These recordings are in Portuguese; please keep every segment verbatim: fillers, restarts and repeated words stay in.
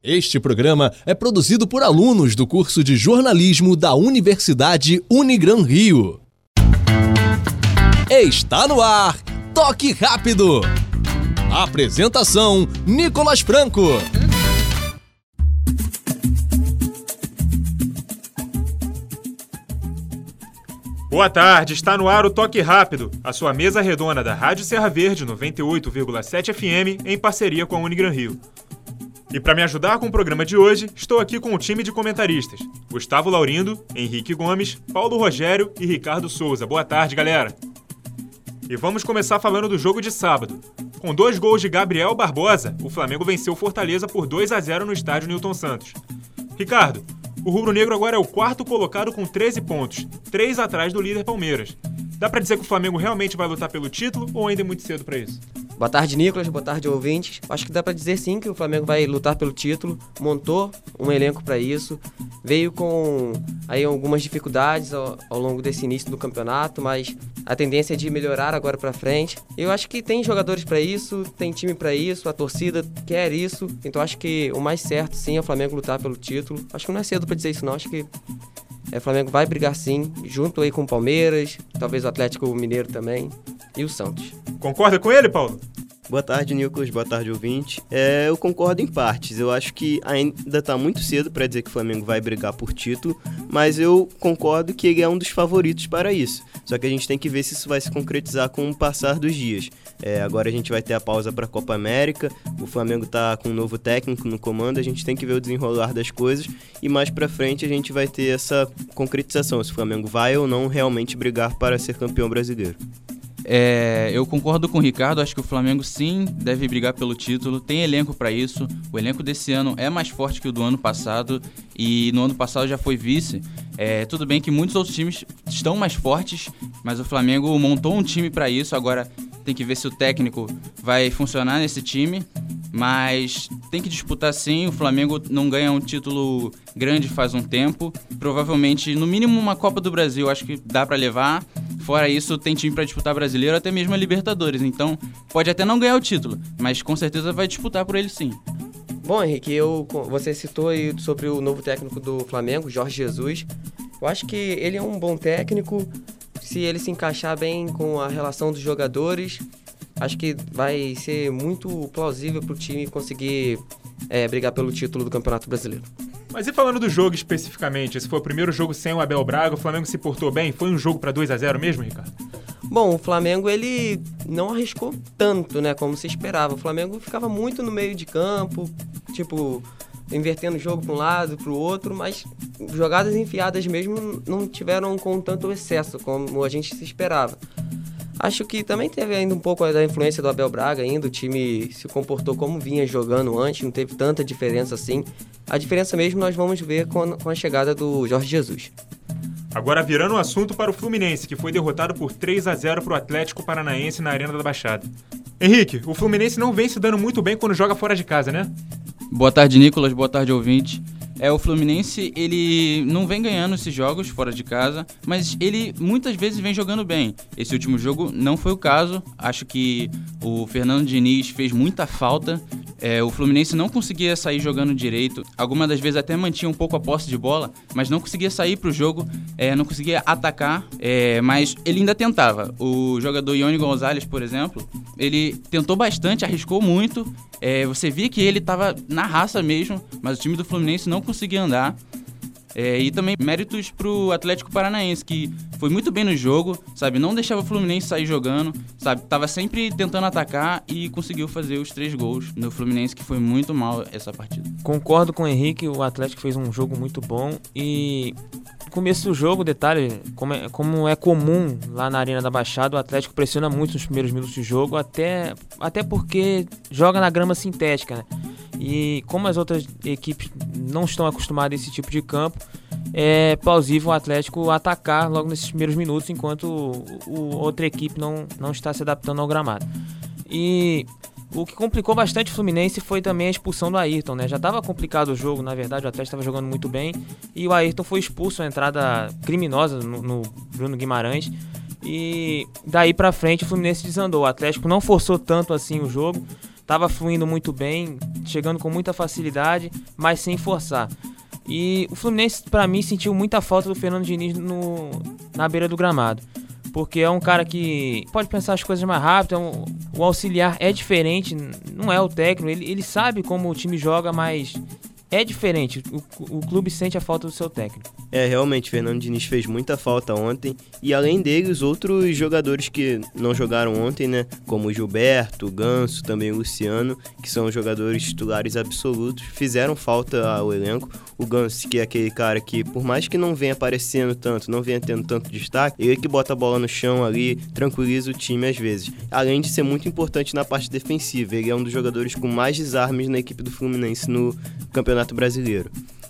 Este programa é produzido por alunos do curso de jornalismo da Universidade Unigran Rio. Está no ar, Toque Rápido. Apresentação, Nicolas Franco. Boa tarde, está no ar o Toque Rápido, a sua mesa redonda da Rádio Serra Verde noventa e oito vírgula sete F M em parceria com a Unigran Rio. E para me ajudar com o programa de hoje, estou aqui com o time de comentaristas. Gustavo Laurindo, Henrique Gomes, Paulo Rogério e Ricardo Souza. Boa tarde, galera. E vamos começar falando do jogo de sábado. Com dois gols de Gabriel Barbosa, o Flamengo venceu o Fortaleza por dois a zero no estádio Newton Santos. Ricardo, o rubro-negro agora é o quarto colocado com treze pontos, três atrás do líder Palmeiras. Dá para dizer que o Flamengo realmente vai lutar pelo título ou ainda é muito cedo para isso? Boa tarde, Nicolas. Boa tarde, ouvintes. Acho que dá para dizer sim que o Flamengo vai lutar pelo título, montou um elenco para isso, veio com aí algumas dificuldades ao, ao longo desse início do campeonato, mas a tendência é de melhorar agora para frente. Eu acho que tem jogadores para isso, tem time para isso, a torcida quer isso, então acho que o mais certo sim é o Flamengo lutar pelo título. Acho que não é cedo para dizer isso não, acho que é, o Flamengo vai brigar sim, junto aí com o Palmeiras, talvez o Atlético Mineiro também e o Santos. Concorda com ele, Paulo? Boa tarde, Nicolas. Boa tarde, ouvinte. É, eu concordo em partes. Eu acho que ainda está muito cedo para dizer que o Flamengo vai brigar por título, mas eu concordo que ele é um dos favoritos para isso. Só que a gente tem que ver se isso vai se concretizar com o passar dos dias. É, agora a gente vai ter a pausa para a Copa América, o Flamengo está com um novo técnico no comando, a gente tem que ver o desenrolar das coisas e mais para frente a gente vai ter essa concretização, se o Flamengo vai ou não realmente brigar para ser campeão brasileiro. É, eu concordo com o Ricardo, acho que o Flamengo sim deve brigar pelo título, tem elenco para isso, o elenco desse ano é mais forte que o do ano passado e no ano passado já foi vice. É, tudo bem que muitos outros times estão mais fortes, mas o Flamengo montou um time para isso, agora tem que ver se o técnico vai funcionar nesse time, mas tem que disputar sim, o Flamengo não ganha um título grande faz um tempo, provavelmente no mínimo uma Copa do Brasil, acho que dá para levar. Fora isso, tem time para disputar brasileiro, até mesmo a Libertadores. Então, pode até não ganhar o título, mas com certeza vai disputar por ele sim. Bom, Henrique, eu, você citou aí sobre o novo técnico do Flamengo, Jorge Jesus. Eu acho que ele é um bom técnico. Se ele se encaixar bem com a relação dos jogadores, acho que vai ser muito plausível para o time conseguir é, brigar pelo título do Campeonato Brasileiro. Mas e falando do jogo especificamente, esse foi o primeiro jogo sem o Abel Braga, o Flamengo se portou bem? Foi um jogo para dois a zero mesmo, Ricardo? Bom, o Flamengo ele não arriscou tanto, né, como se esperava. O Flamengo ficava muito no meio de campo, tipo, invertendo o jogo para um lado, para o outro, mas jogadas enfiadas mesmo não tiveram com tanto excesso como a gente se esperava. Acho que também teve ainda um pouco da influência do Abel Braga ainda, o time se comportou como vinha jogando antes, não teve tanta diferença assim. A diferença mesmo nós vamos ver com a chegada do Jorge Jesus. Agora virando o assunto para o Fluminense, que foi derrotado por três a zero para o Atlético Paranaense na Arena da Baixada. Henrique, o Fluminense não vem se dando muito bem quando joga fora de casa, né? Boa tarde, Nicolas. Boa tarde, ouvinte. É, o Fluminense, ele não vem ganhando esses jogos fora de casa, mas ele muitas vezes vem jogando bem. Esse último jogo não foi o caso. Acho que o Fernando Diniz fez muita falta. É, o Fluminense não conseguia sair jogando direito. Algumas das vezes até mantinha um pouco a posse de bola, mas não conseguia sair para o jogo, é, não conseguia atacar, é, mas ele ainda tentava. O jogador Ione Gonzalez, por exemplo, ele tentou bastante, arriscou muito. É, você via que ele estava na raça mesmo, mas o time do Fluminense não conseguia andar. É, e também méritos pro Atlético Paranaense, que foi muito bem no jogo, sabe? Não deixava o Fluminense sair jogando, sabe? Tava sempre tentando atacar e conseguiu fazer os três gols no Fluminense, que foi muito mal essa partida. Concordo com o Henrique, o Atlético fez um jogo muito bom e no começo do jogo, detalhe, como é, como é comum lá na Arena da Baixada, o Atlético pressiona muito nos primeiros minutos de jogo, até, até porque joga na grama sintética, né? E como as outras equipes não estão acostumadas a esse tipo de campo, é plausível o Atlético atacar logo nesses primeiros minutos, enquanto o, o, outra equipe não, não está se adaptando ao gramado. E o que complicou bastante o Fluminense foi também a expulsão do Ayrton, né? Já estava complicado o jogo, na verdade, o Atlético estava jogando muito bem, e o Ayrton foi expulso, uma entrada criminosa no, no Bruno Guimarães, e daí pra frente o Fluminense desandou. O Atlético não forçou tanto assim o jogo, estava fluindo muito bem, chegando com muita facilidade, mas sem forçar. E o Fluminense, para mim, sentiu muita falta do Fernando Diniz no, na beira do gramado. Porque é um cara que pode pensar as coisas mais rápido, é um, o auxiliar é diferente, não é o técnico, ele, ele sabe como o time joga, mas é diferente, o, o clube sente a falta do seu técnico. É, realmente, Fernando Diniz fez muita falta ontem, e além dele, os outros jogadores que não jogaram ontem, né, como o Gilberto, o Ganso, também o Luciano, que são jogadores titulares absolutos, fizeram falta ao elenco. O Ganso, que é aquele cara que, por mais que não venha aparecendo tanto, não venha tendo tanto destaque, ele que bota a bola no chão ali, tranquiliza o time às vezes. Além de ser muito importante na parte defensiva, ele é um dos jogadores com mais desarmes na equipe do Fluminense no Campeonato Brasileiro.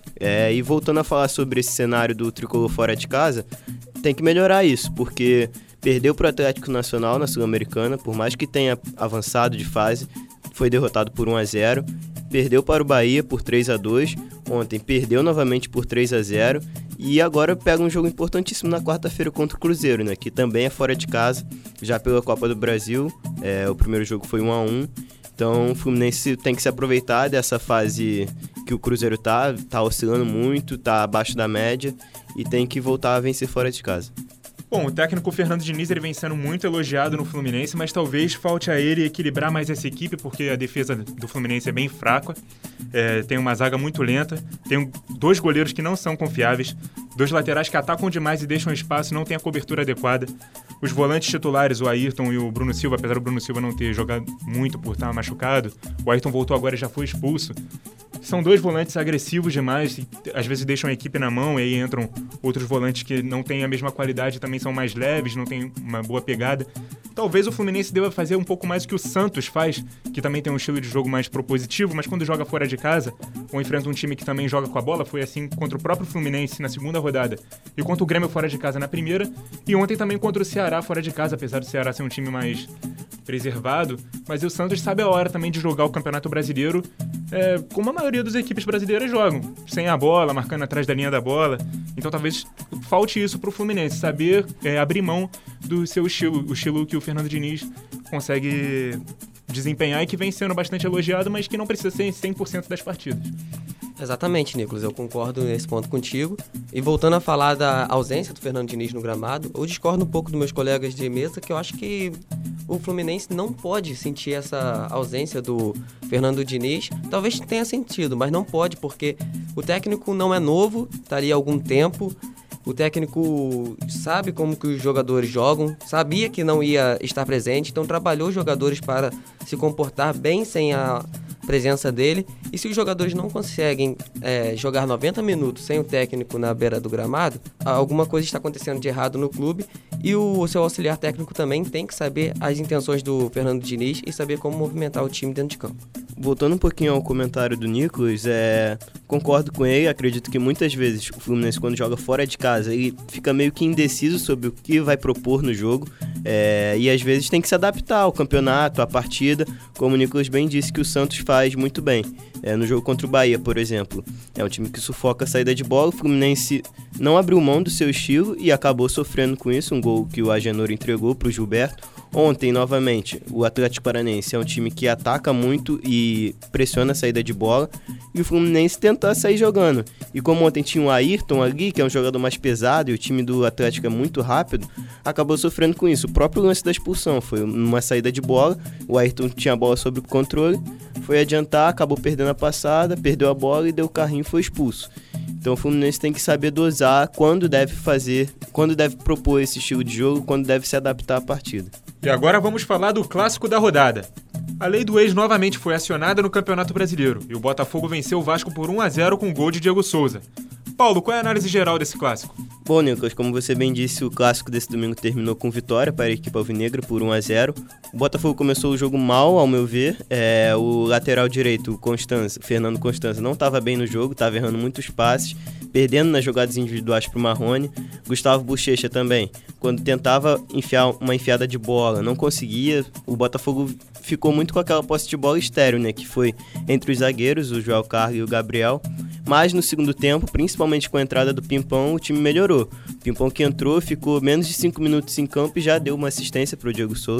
É, e voltando a falar sobre esse cenário do tricolor fora de casa, tem que melhorar isso, porque perdeu para o Atlético Nacional na Sul-Americana, por mais que tenha avançado de fase, foi derrotado por um a zero, perdeu para o Bahia por três a dois, ontem perdeu novamente por três a zero, e agora pega um jogo importantíssimo na quarta-feira contra o Cruzeiro, né, que também é fora de casa, já pela Copa do Brasil. É, o primeiro jogo foi um a um, então o Fluminense tem que se aproveitar dessa fase que o Cruzeiro tá, tá oscilando muito, tá abaixo da média, e tem que voltar a vencer fora de casa. Bom, o técnico Fernando Diniz ele vem sendo muito elogiado no Fluminense, mas talvez falte a ele equilibrar mais essa equipe, porque a defesa do Fluminense é bem fraca, é, tem uma zaga muito lenta, tem dois goleiros que não são confiáveis, dois laterais que atacam demais e deixam espaço, não tem a cobertura adequada. Os volantes titulares, o Ayrton e o Bruno Silva, apesar do Bruno Silva não ter jogado muito por estar machucado, o Ayrton voltou agora e já foi expulso. São dois volantes agressivos demais, e às vezes deixam a equipe na mão, e aí entram outros volantes que não têm a mesma qualidade, também são mais leves, não têm uma boa pegada. Talvez o Fluminense deva fazer um pouco mais o que o Santos faz, que também tem um estilo de jogo mais propositivo, mas quando joga fora de casa, ou enfrenta um time que também joga com a bola, foi assim contra o próprio Fluminense na segunda rodada, e contra o Grêmio fora de casa na primeira, e ontem também contra o Ceará fora de casa, apesar do Ceará ser um time mais preservado, mas o Santos sabe a hora também de jogar o Campeonato Brasileiro, é, como a maioria das equipes brasileiras jogam, sem a bola, marcando atrás da linha da bola. Então talvez falte isso para o Fluminense, saber é, abrir mão do seu estilo, o estilo que o Fernando Diniz consegue desempenhar e que vem sendo bastante elogiado, mas que não precisa ser em cem por cento das partidas. Exatamente, Nicolas, eu concordo nesse ponto contigo. E voltando a falar da ausência do Fernando Diniz no gramado, eu discordo um pouco dos meus colegas de mesa, que eu acho que o Fluminense não pode sentir essa ausência do Fernando Diniz. Talvez tenha sentido, mas não pode, porque o técnico não é novo, está ali há algum tempo. O técnico sabe como que os jogadores jogam, sabia que não ia estar presente, então trabalhou os jogadores para se comportar bem sem a presença dele. E se os jogadores não conseguem é, jogar noventa minutos sem o técnico na beira do gramado, alguma coisa está acontecendo de errado no clube, e o seu auxiliar técnico também tem que saber as intenções do Fernando Diniz e saber como movimentar o time dentro de campo. Voltando um pouquinho ao comentário do Nicolas, é, concordo com ele, acredito que muitas vezes o Fluminense, quando joga fora de casa, ele fica meio que indeciso sobre o que vai propor no jogo, é, e às vezes tem que se adaptar ao campeonato, à partida, como o Nicolas bem disse que o Santos faz muito bem. É, no jogo contra o Bahia, por exemplo, é um time que sufoca a saída de bola, o Fluminense não abriu mão do seu estilo e acabou sofrendo com isso, um gol que o Agenor entregou para o Gilberto. Ontem, novamente, o Atlético Paranaense é um time que ataca muito e pressiona a saída de bola, e o Fluminense tenta sair jogando. E como ontem tinha o Ayrton ali, que é um jogador mais pesado, e o time do Atlético é muito rápido, acabou sofrendo com isso. O próprio lance da expulsão foi uma saída de bola, o Ayrton tinha a bola sob o controle, foi adiantar, acabou perdendo a passada, perdeu a bola e deu o carrinho e foi expulso. Então o Fluminense tem que saber dosar quando deve fazer, quando deve propor esse estilo de jogo, quando deve se adaptar à partida. E agora vamos falar do clássico da rodada. A lei do ex novamente foi acionada no Campeonato Brasileiro e o Botafogo venceu o Vasco por um a zero com gol de Diego Souza. Paulo, qual é a análise geral desse clássico? Bom, Nicolas, como você bem disse, o clássico desse domingo terminou com vitória para a equipe alvinegra por um a zero. O Botafogo começou o jogo mal, ao meu ver. É, o lateral direito, o Constança, Fernando Constança, não estava bem no jogo, estava errando muitos passes, perdendo nas jogadas individuais para o Marrone. Gustavo Bochecha também, quando tentava enfiar uma enfiada de bola, não conseguia. O Botafogo ficou muito com aquela posse de bola estéril, né, que foi entre os zagueiros, o João Carlos e o Gabriel. Mas no segundo tempo, principalmente com a entrada do Pimpão, o time melhorou. O Pimpão que entrou, ficou menos de cinco minutos em campo e já deu uma assistência para o Diego Souza.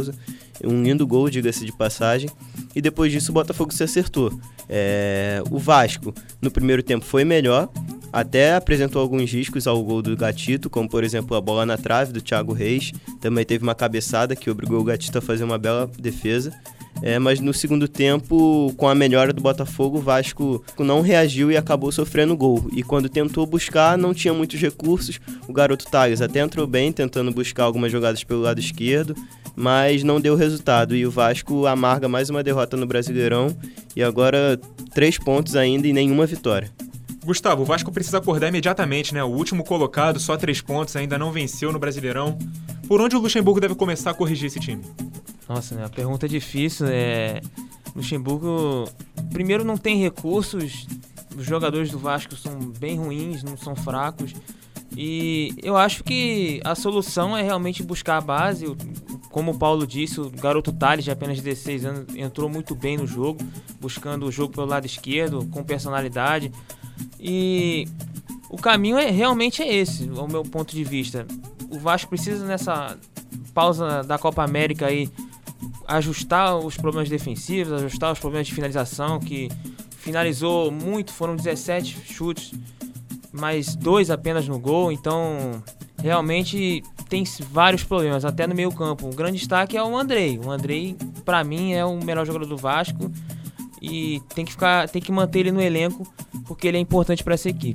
um lindo gol, diga-se de passagem, e depois disso o Botafogo se acertou. É, o Vasco, no primeiro tempo, foi melhor, até apresentou alguns riscos ao gol do Gatito, como por exemplo a bola na trave do Thiago Reis, também teve uma cabeçada que obrigou o Gatito a fazer uma bela defesa. É, mas no segundo tempo, com a melhora do Botafogo, o Vasco não reagiu e acabou sofrendo gol. E quando tentou buscar, não tinha muitos recursos. O garoto Thales até entrou bem, tentando buscar algumas jogadas pelo lado esquerdo, mas não deu resultado. E o Vasco amarga mais uma derrota no Brasileirão e agora três pontos ainda e nenhuma vitória. Gustavo, o Vasco precisa acordar imediatamente, né? O último colocado, só três pontos, ainda não venceu no Brasileirão. Por onde o Luxemburgo deve começar a corrigir esse time? Nossa, né? A pergunta é difícil. É... Luxemburgo, primeiro, não tem recursos. Os jogadores do Vasco são bem ruins, não são fracos. E eu acho que a solução é realmente buscar a base. Como o Paulo disse, o garoto Thales, de apenas dezesseis anos, entrou muito bem no jogo, buscando o jogo pelo lado esquerdo, com personalidade. E o caminho é, realmente é esse, ao meu ponto de vista. O Vasco precisa, nessa pausa da Copa América, aí, ajustar os problemas defensivos, ajustar os problemas de finalização, que finalizou muito, foram dezessete chutes, mas dois apenas no gol, então realmente tem vários problemas, até no meio campo. O grande destaque é o Andrei. O Andrei, para mim, é o melhor jogador do Vasco e tem que, ficar, tem que manter ele no elenco, porque ele é importante para essa equipe.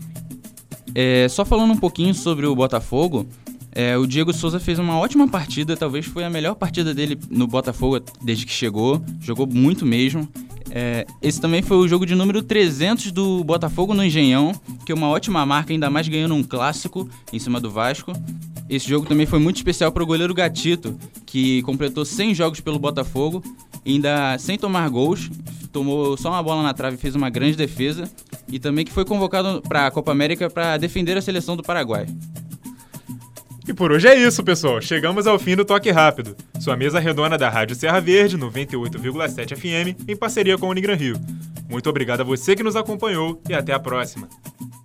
É, só falando um pouquinho sobre o Botafogo, é, o Diego Souza fez uma ótima partida, talvez foi a melhor partida dele no Botafogo desde que chegou, jogou muito mesmo. É, esse também foi o jogo de número trezentos do Botafogo no Engenhão, que é uma ótima marca, ainda mais ganhando um clássico em cima do Vasco. Esse jogo também foi muito especial para o goleiro Gatito, que completou cem jogos pelo Botafogo, ainda sem tomar gols, tomou só uma bola na trave e fez uma grande defesa, e também que foi convocado para a Copa América para defender a seleção do Paraguai. E por hoje é isso, pessoal. Chegamos ao fim do Toque Rápido, sua mesa redonda da Rádio Serra Verde, noventa e oito vírgula sete F M, em parceria com a Unigran Rio. Muito obrigado a você que nos acompanhou e até a próxima.